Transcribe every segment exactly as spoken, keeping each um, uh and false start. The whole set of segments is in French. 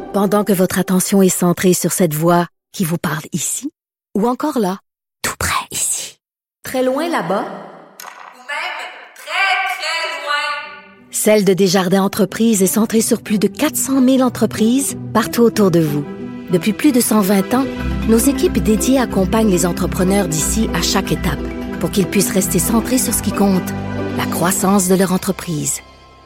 Pendant que votre attention est centrée sur cette voix qui vous parle ici, ou encore là, tout près ici, très loin là-bas, ou même très, très loin. Celle de Desjardins Entreprises est centrée sur plus de quatre cent mille entreprises partout autour de vous. Depuis plus de cent vingt ans, nos équipes dédiées accompagnent les entrepreneurs d'ici à chaque étape pour qu'ils puissent rester centrés sur ce qui compte, la croissance de leur entreprise.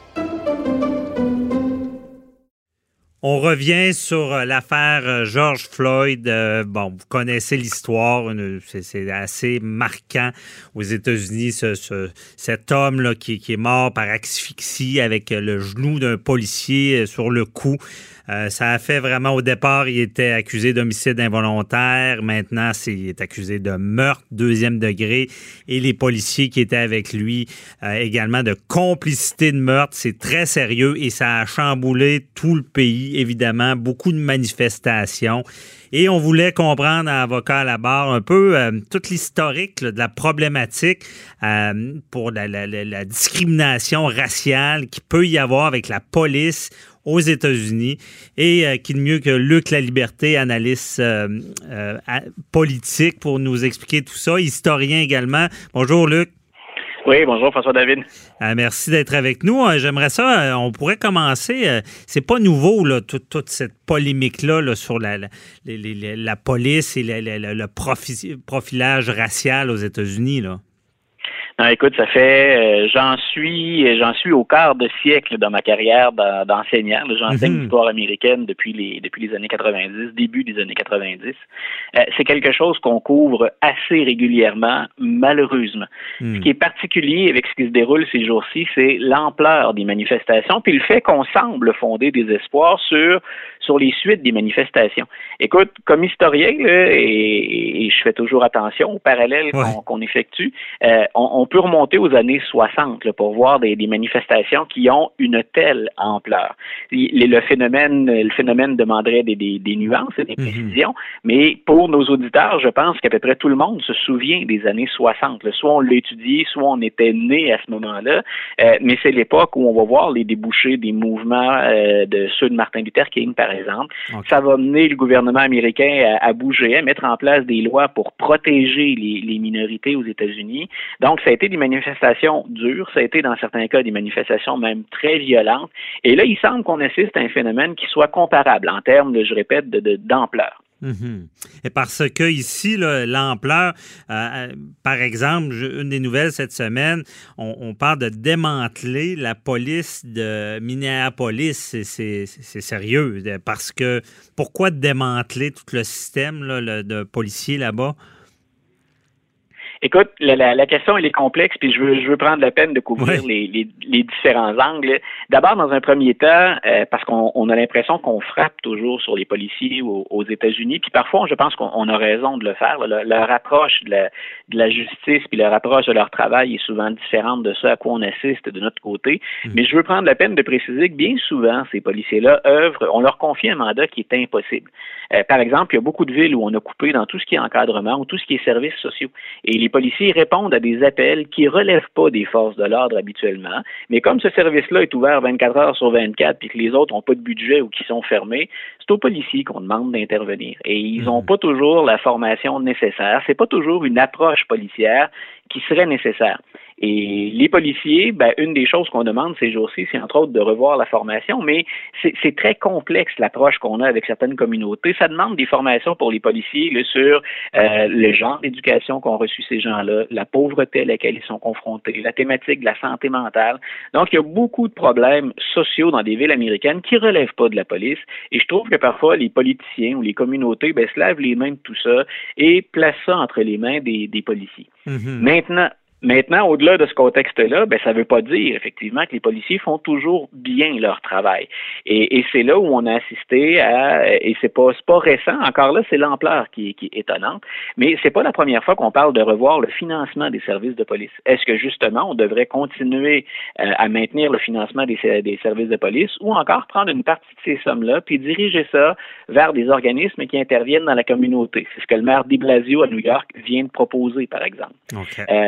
On revient sur l'affaire George Floyd. Euh, bon, vous connaissez l'histoire, c'est, c'est assez marquant aux États-Unis, ce, ce, cet homme là qui, qui est mort par asphyxie avec le genou d'un policier sur le cou. Euh, ça a fait vraiment, au départ, il était accusé d'homicide involontaire. Maintenant, c'est, il est accusé de meurtre, deuxième degré. Et les policiers qui étaient avec lui, euh, également de complicité de meurtre. C'est très sérieux et ça a chamboulé tout le pays, évidemment. Beaucoup de manifestations. Et on voulait comprendre, à Avocat à la barre, un peu euh, toute l'historique là, de la problématique euh, pour la, la, la, la discrimination raciale qu'il peut y avoir avec la police aux États-Unis. Et euh, qui de mieux que Luc Laliberté, analyste euh, euh, politique, pour nous expliquer tout ça, historien également. Bonjour Luc. Oui, bonjour François-David. Euh, merci d'être avec nous. Euh, j'aimerais ça, euh, on pourrait commencer, euh, c'est pas nouveau, là, tout, toute cette polémique-là là, sur la, la, la, la, la police et la, la, la, le profi, profilage racial aux États-Unis, là. Non, écoute, ça fait, euh, j'en suis, j'en suis au quart de siècle dans ma carrière d'enseignant. J'enseigne mm-hmm. l'histoire américaine depuis les depuis les années quatre-vingt-dix, début des années quatre-vingt-dix. Euh, c'est quelque chose qu'on couvre assez régulièrement, malheureusement. Mm. Ce qui est particulier avec ce qui se déroule ces jours-ci, c'est l'ampleur des manifestations, puis le fait qu'on semble fonder des espoirs sur sur les suites des manifestations. Écoute, comme historien, là, et, et je fais toujours attention aux parallèles ouais. qu'on, qu'on effectue, euh, on, on On peut remonter aux années soixante là, pour voir des, des manifestations qui ont une telle ampleur. Le, le phénomène, le phénomène demanderait des, des, des nuances et des précisions, mm-hmm. mais pour nos auditeurs, je pense qu'à peu près tout le monde se souvient des années soixante. Là. Soit on l'a étudié, soit on était né à ce moment-là, euh, mais c'est l'époque où on va voir les débouchés des mouvements euh, de ceux de Martin Luther King, par exemple. Okay. Ça va mener le gouvernement américain à, à bouger, à mettre en place des lois pour protéger les, les minorités aux États-Unis. Donc, ça a été des manifestations dures, ça a été dans certains cas des manifestations même très violentes. Et là, il semble qu'on assiste à un phénomène qui soit comparable en termes, de, je répète, de, de, d'ampleur. Mm-hmm. Et parce que ici, là, l'ampleur, euh, par exemple, une des nouvelles cette semaine, on, on parle de démanteler la police de Minneapolis. C'est, c'est, c'est sérieux, parce que pourquoi démanteler tout le système là, le, de policiers là-bas? Écoute, la, la, la question, elle est complexe, puis je veux, je veux prendre la peine de couvrir oui. les, les, les différents angles. D'abord, dans un premier temps, euh, parce qu'on on a l'impression qu'on frappe toujours sur les policiers aux, aux États-Unis, puis parfois, je pense qu'on on a raison de le faire. Là. Leur approche de la, de la justice, puis leur approche de leur travail est souvent différente de ce à quoi on assiste de notre côté. Mmh. Mais je veux prendre la peine de préciser que bien souvent, ces policiers-là œuvrent, on leur confie un mandat qui est impossible. Euh, par exemple, il y a beaucoup de villes où on a coupé dans tout ce qui est encadrement ou tout ce qui est services sociaux. Et les policiers répondent à des appels qui ne relèvent pas des forces de l'ordre habituellement, mais comme ce service-là est ouvert vingt-quatre heures sur vingt-quatre puis que les autres n'ont pas de budget ou qui sont fermés, c'est aux policiers qu'on demande d'intervenir. Et ils n'ont pas toujours la formation nécessaire. C'est pas toujours une approche policière qui serait nécessaire. Et les policiers, ben, une des choses qu'on demande ces jours-ci, c'est entre autres de revoir la formation, mais c'est, c'est très complexe l'approche qu'on a avec certaines communautés. Ça demande des formations pour les policiers là, sur euh, le genre d'éducation qu'ont reçu ces gens-là, la pauvreté à laquelle ils sont confrontés, la thématique de la santé mentale. Donc, il y a beaucoup de problèmes sociaux dans des villes américaines qui ne relèvent pas de la police. Et je trouve que parfois, les politiciens ou les communautés ben, se lavent les mains de tout ça et placent ça entre les mains des, des policiers. Mm-hmm. Maintenant, Maintenant, au-delà de ce contexte-là, ben, ça ne veut pas dire, effectivement, que les policiers font toujours bien leur travail. Et, et c'est là où on a assisté à, et c'est pas, c'est pas récent, encore là, c'est l'ampleur qui, qui est étonnante, mais c'est pas la première fois qu'on parle de revoir le financement des services de police. Est-ce que, justement, on devrait continuer euh, à maintenir le financement des, des services de police ou encore prendre une partie de ces sommes-là puis diriger ça vers des organismes qui interviennent dans la communauté? C'est ce que le maire de Blasio à New York vient de proposer, par exemple. Okay. Euh,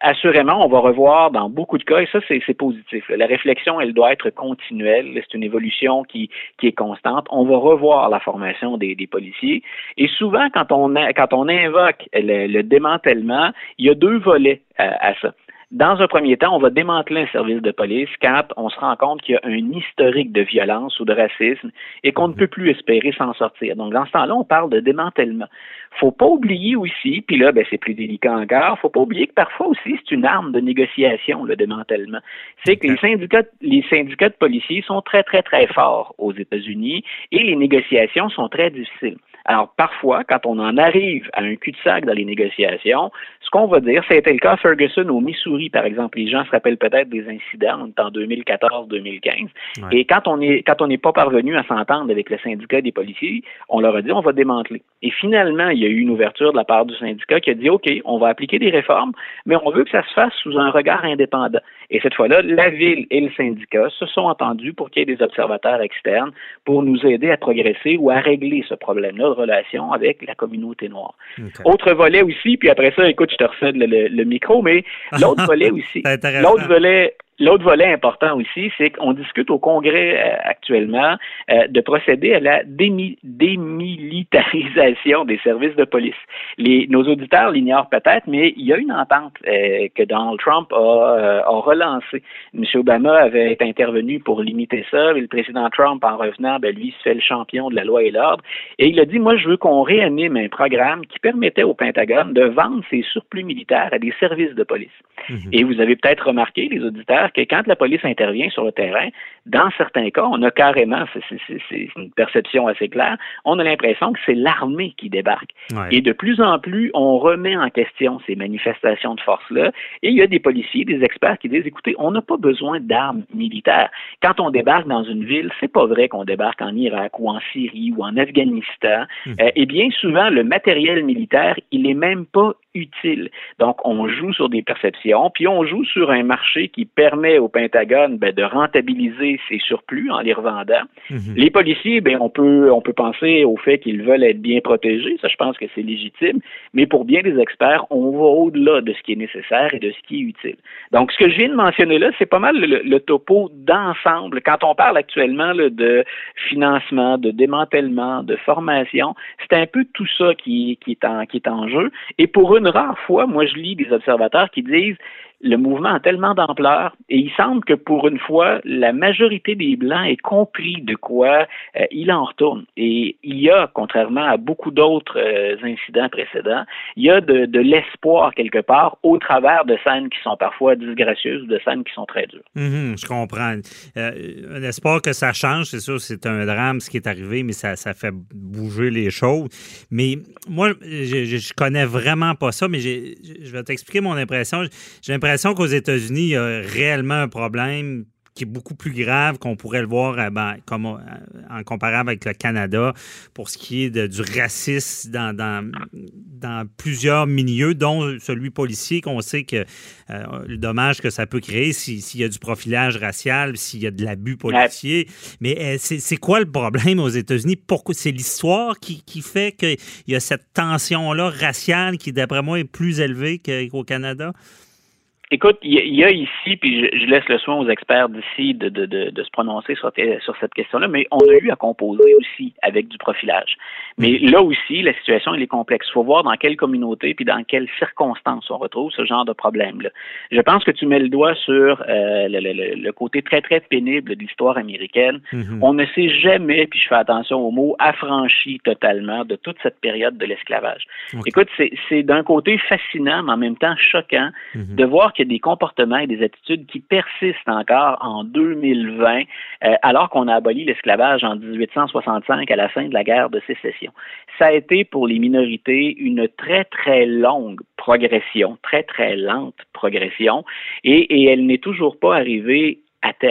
assurément, on va revoir dans beaucoup de cas, et ça, c'est, c'est positif. La réflexion, elle doit être continuelle. C'est une évolution qui, qui est constante. On va revoir la formation des, des policiers. Et souvent, quand on, a, quand on invoque le, le démantèlement, il y a deux volets à, à ça. Dans un premier temps, on va démanteler un service de police quand on se rend compte qu'il y a un historique de violence ou de racisme et qu'on ne peut plus espérer s'en sortir. Donc, dans ce temps-là, on parle de démantèlement. Faut pas oublier aussi, puis là, ben, c'est plus délicat encore, faut pas oublier que parfois aussi, c'est une arme de négociation, le démantèlement. C'est que les syndicats, les syndicats de policiers sont très, très, très forts aux États-Unis et les négociations sont très difficiles. Alors, parfois, quand on en arrive à un cul-de-sac dans les négociations, ce qu'on va dire, ça a été le cas à Ferguson au Missouri, par exemple. Les gens se rappellent peut-être des incidents, on est en deux mille quatorze deux mille quinze. Ouais. Et quand on est, quand on n'est pas parvenu à s'entendre avec le syndicat des policiers, on leur a dit, on va démanteler. Et finalement, il y a eu une ouverture de la part du syndicat qui a dit, OK, on va appliquer des réformes, mais on veut que ça se fasse sous un regard indépendant. Et cette fois-là, la ville et le syndicat se sont entendus pour qu'il y ait des observateurs externes pour nous aider à progresser ou à régler ce problème-là de relation avec la communauté noire. Okay. Autre volet aussi, puis après ça, écoute, je te recède le, le, le micro, mais l'autre volet aussi, l'autre volet, l'autre volet important aussi, c'est qu'on discute au Congrès euh, actuellement euh, de procéder à la démi- démilitarisation des services de police. Les, nos auditeurs l'ignorent peut-être, mais il y a une entente euh, que Donald Trump a, euh, a relancée. M. Obama avait été intervenu pour limiter ça, et le président Trump, en revenant, ben, lui, se fait le champion de la loi et l'ordre, et il a dit, moi, je veux qu'on réanime un programme qui permettait au Pentagone de vendre ses surplus militaires à des services de police. Mm-hmm. Et vous avez peut-être remarqué, les auditeurs, que quand la police intervient sur le terrain, dans certains cas, on a carrément, c'est, c'est, c'est une perception assez claire, on a l'impression que c'est l'armée qui débarque. Ouais. Et de plus en plus, on remet en question ces manifestations de force-là, et il y a des policiers, des experts qui disent, écoutez, on n'a pas besoin d'armes militaires. Quand on débarque dans une ville, c'est pas vrai qu'on débarque en Irak ou en Syrie ou en Afghanistan. Mmh. Euh, et bien souvent, le matériel militaire, il est même pas utile. Donc, on joue sur des perceptions, puis on joue sur un marché qui permet au Pentagone ben, de rentabiliser ses surplus en les revendant. Mm-hmm. Les policiers, ben, on peut on peut penser au fait qu'ils veulent être bien protégés, ça je pense que c'est légitime, mais pour bien des experts, on va au-delà de ce qui est nécessaire et de ce qui est utile. Donc, ce que je viens de mentionner là, c'est pas mal le, le topo d'ensemble. Quand on parle actuellement là, de financement, de démantèlement, de formation, c'est un peu tout ça qui, qui, est en, qui est en jeu. Et pour une Une rare fois, moi, je lis des observateurs qui disent le mouvement a tellement d'ampleur et il semble que pour une fois, la majorité des Blancs ait compris de quoi euh, il en retourne. Et il y a, contrairement à beaucoup d'autres euh, incidents précédents, il y a de, de l'espoir quelque part au travers de scènes qui sont parfois disgracieuses ou de scènes qui sont très dures. Mm-hmm, je comprends. Euh, un espoir que ça change, c'est sûr, c'est un drame ce qui est arrivé, mais ça, ça fait bouger les choses. Mais moi, je, je connais vraiment pas ça, mais j'ai, je vais t'expliquer mon impression. J'ai l'impression qu'aux États-Unis, il y a réellement un problème qui est beaucoup plus grave qu'on pourrait le voir ben, comme, en comparable avec le Canada pour ce qui est de, du racisme dans, dans, dans plusieurs milieux, dont celui policier, qu'on sait que euh, le dommage que ça peut créer si, s'il y a du profilage racial, s'il y a de l'abus policier. Ouais. Mais euh, c'est, c'est quoi le problème aux États-Unis? Pourquoi? C'est l'histoire qui, qui fait qu'il y a cette tension-là raciale qui, d'après moi, est plus élevée qu'au Canada? Écoute, il y, y a ici, puis je, je laisse le soin aux experts d'ici de, de, de, de se prononcer sur, sur cette question-là, mais on a eu à composer aussi avec du profilage. Mais là aussi, la situation elle est complexe. Il faut voir dans quelle communauté puis dans quelles circonstances on retrouve ce genre de problème-là. Je pense que tu mets le doigt sur euh, le, le, le côté très, très pénible de l'histoire américaine. Mm-hmm. On ne s'est jamais, puis je fais attention aux mots, affranchi totalement de toute cette période de l'esclavage. Okay. Écoute, c'est, c'est d'un côté fascinant, mais en même temps choquant mm-hmm. de voir que des comportements et des attitudes qui persistent encore en deux mille vingt, euh, alors qu'on a aboli l'esclavage en dix-huit cent soixante-cinq à la fin de la guerre de sécession. Ça a été pour les minorités une très, très longue progression, très, très lente progression, et, et elle n'est toujours pas arrivée à terme.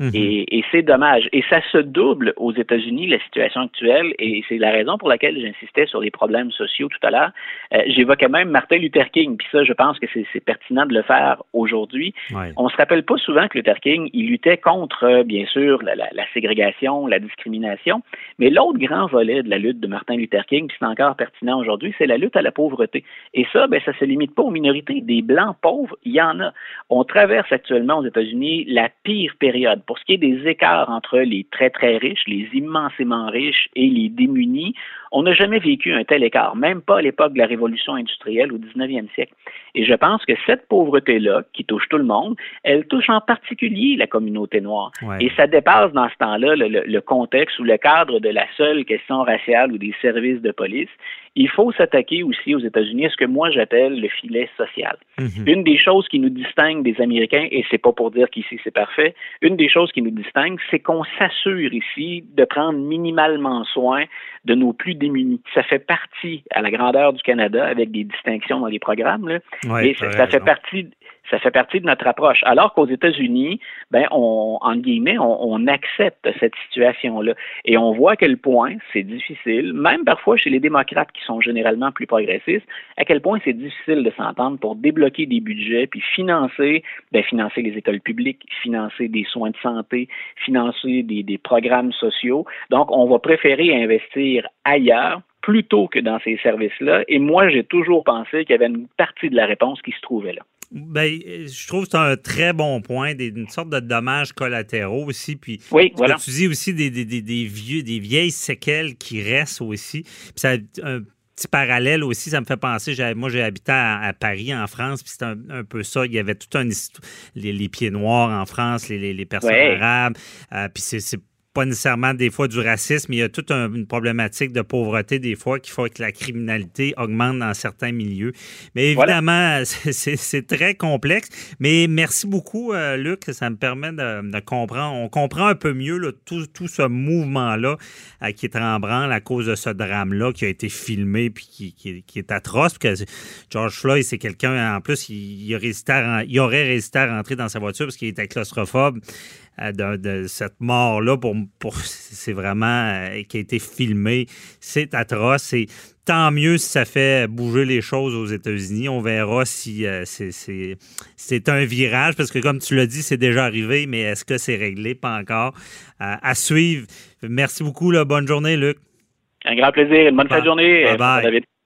Mm-hmm. Et, et c'est dommage. Et ça se double aux États-Unis, la situation actuelle, et c'est la raison pour laquelle j'insistais sur les problèmes sociaux tout à l'heure. Euh, j'évoquais même Martin Luther King, puis ça, je pense que c'est, c'est pertinent de le faire aujourd'hui. Ouais. On se rappelle pas souvent que Luther King, il luttait contre, bien sûr, la, la, la ségrégation, la discrimination, mais l'autre grand volet de la lutte de Martin Luther King, puis c'est encore pertinent aujourd'hui, c'est la lutte à la pauvreté. Et ça, ben, ça se limite pas aux minorités. Des Blancs pauvres, il y en a. On traverse actuellement aux États-Unis la pire période. Pour ce qui est des écarts entre les très, très riches, les immensément riches et les démunis, on n'a jamais vécu un tel écart, même pas à l'époque de la Révolution industrielle au dix-neuvième siècle. Et je pense que cette pauvreté-là, qui touche tout le monde, elle touche en particulier la communauté noire. Ouais. Et ça dépasse dans ce temps-là le, le, le contexte ou le cadre de la seule question raciale ou des services de police. Il faut s'attaquer aussi aux États-Unis à ce que moi j'appelle le filet social. Mm-hmm. Une des choses qui nous distingue des Américains, et c'est pas pour dire qu'ici c'est parfait, une des choses qui nous distingue, c'est qu'on s'assure ici de prendre minimalement soin de nos plus démunis. Ça fait partie à la grandeur du Canada, avec des distinctions dans les programmes, là, ouais, et ça, ça fait partie... Ça fait partie de notre approche. Alors qu'aux États-Unis, ben, on, en guillemets, on, on accepte cette situation-là. Et on voit à quel point c'est difficile, même parfois chez les démocrates qui sont généralement plus progressistes, à quel point c'est difficile de s'entendre pour débloquer des budgets, puis financer, ben, financer les écoles publiques, financer des soins de santé, financer des, des programmes sociaux. Donc, on va préférer investir ailleurs plutôt que dans ces services-là. Et moi, j'ai toujours pensé qu'il y avait une partie de la réponse qui se trouvait là. Ben, je trouve que c'est un très bon point, des, une sorte de dommages collatéraux aussi. Puis, oui, voilà. Tu dis aussi des, des, des, des, vieux, des vieilles séquelles qui restent aussi. Puis ça, un petit parallèle aussi, ça me fait penser, j'ai, moi j'ai habité à, à Paris, en France, puis c'était un, un peu ça. Il y avait tout un les, les pieds noirs en France, les, les, les personnes ouais. arabes. Euh, puis c'est, c'est pas nécessairement des fois du racisme, il y a toute un, une problématique de pauvreté des fois qui fait que la criminalité augmente dans certains milieux. Mais évidemment, voilà. c'est, c'est, c'est très complexe. Mais merci beaucoup, euh, Luc, ça me permet de, de comprendre. On comprend un peu mieux là, tout, tout ce mouvement-là euh, qui est en branle à cause de ce drame-là qui a été filmé puis qui, qui, qui est atroce. Parce que George Floyd, c'est quelqu'un, en plus, il, il, a résisté à, il aurait résisté à rentrer dans sa voiture parce qu'il était claustrophobe. De, de cette mort-là, pour, pour, c'est vraiment euh, qui a été filmé. C'est atroce. Et tant mieux si ça fait bouger les choses aux États-Unis. On verra si euh, c'est, c'est, c'est un virage, parce que comme tu l'as dit, c'est déjà arrivé, mais est-ce que c'est réglé? Pas encore. Euh, à suivre. Merci beaucoup. Là. Bonne journée, Luc. Un grand plaisir. Une bonne fin de journée. Bye bye. David.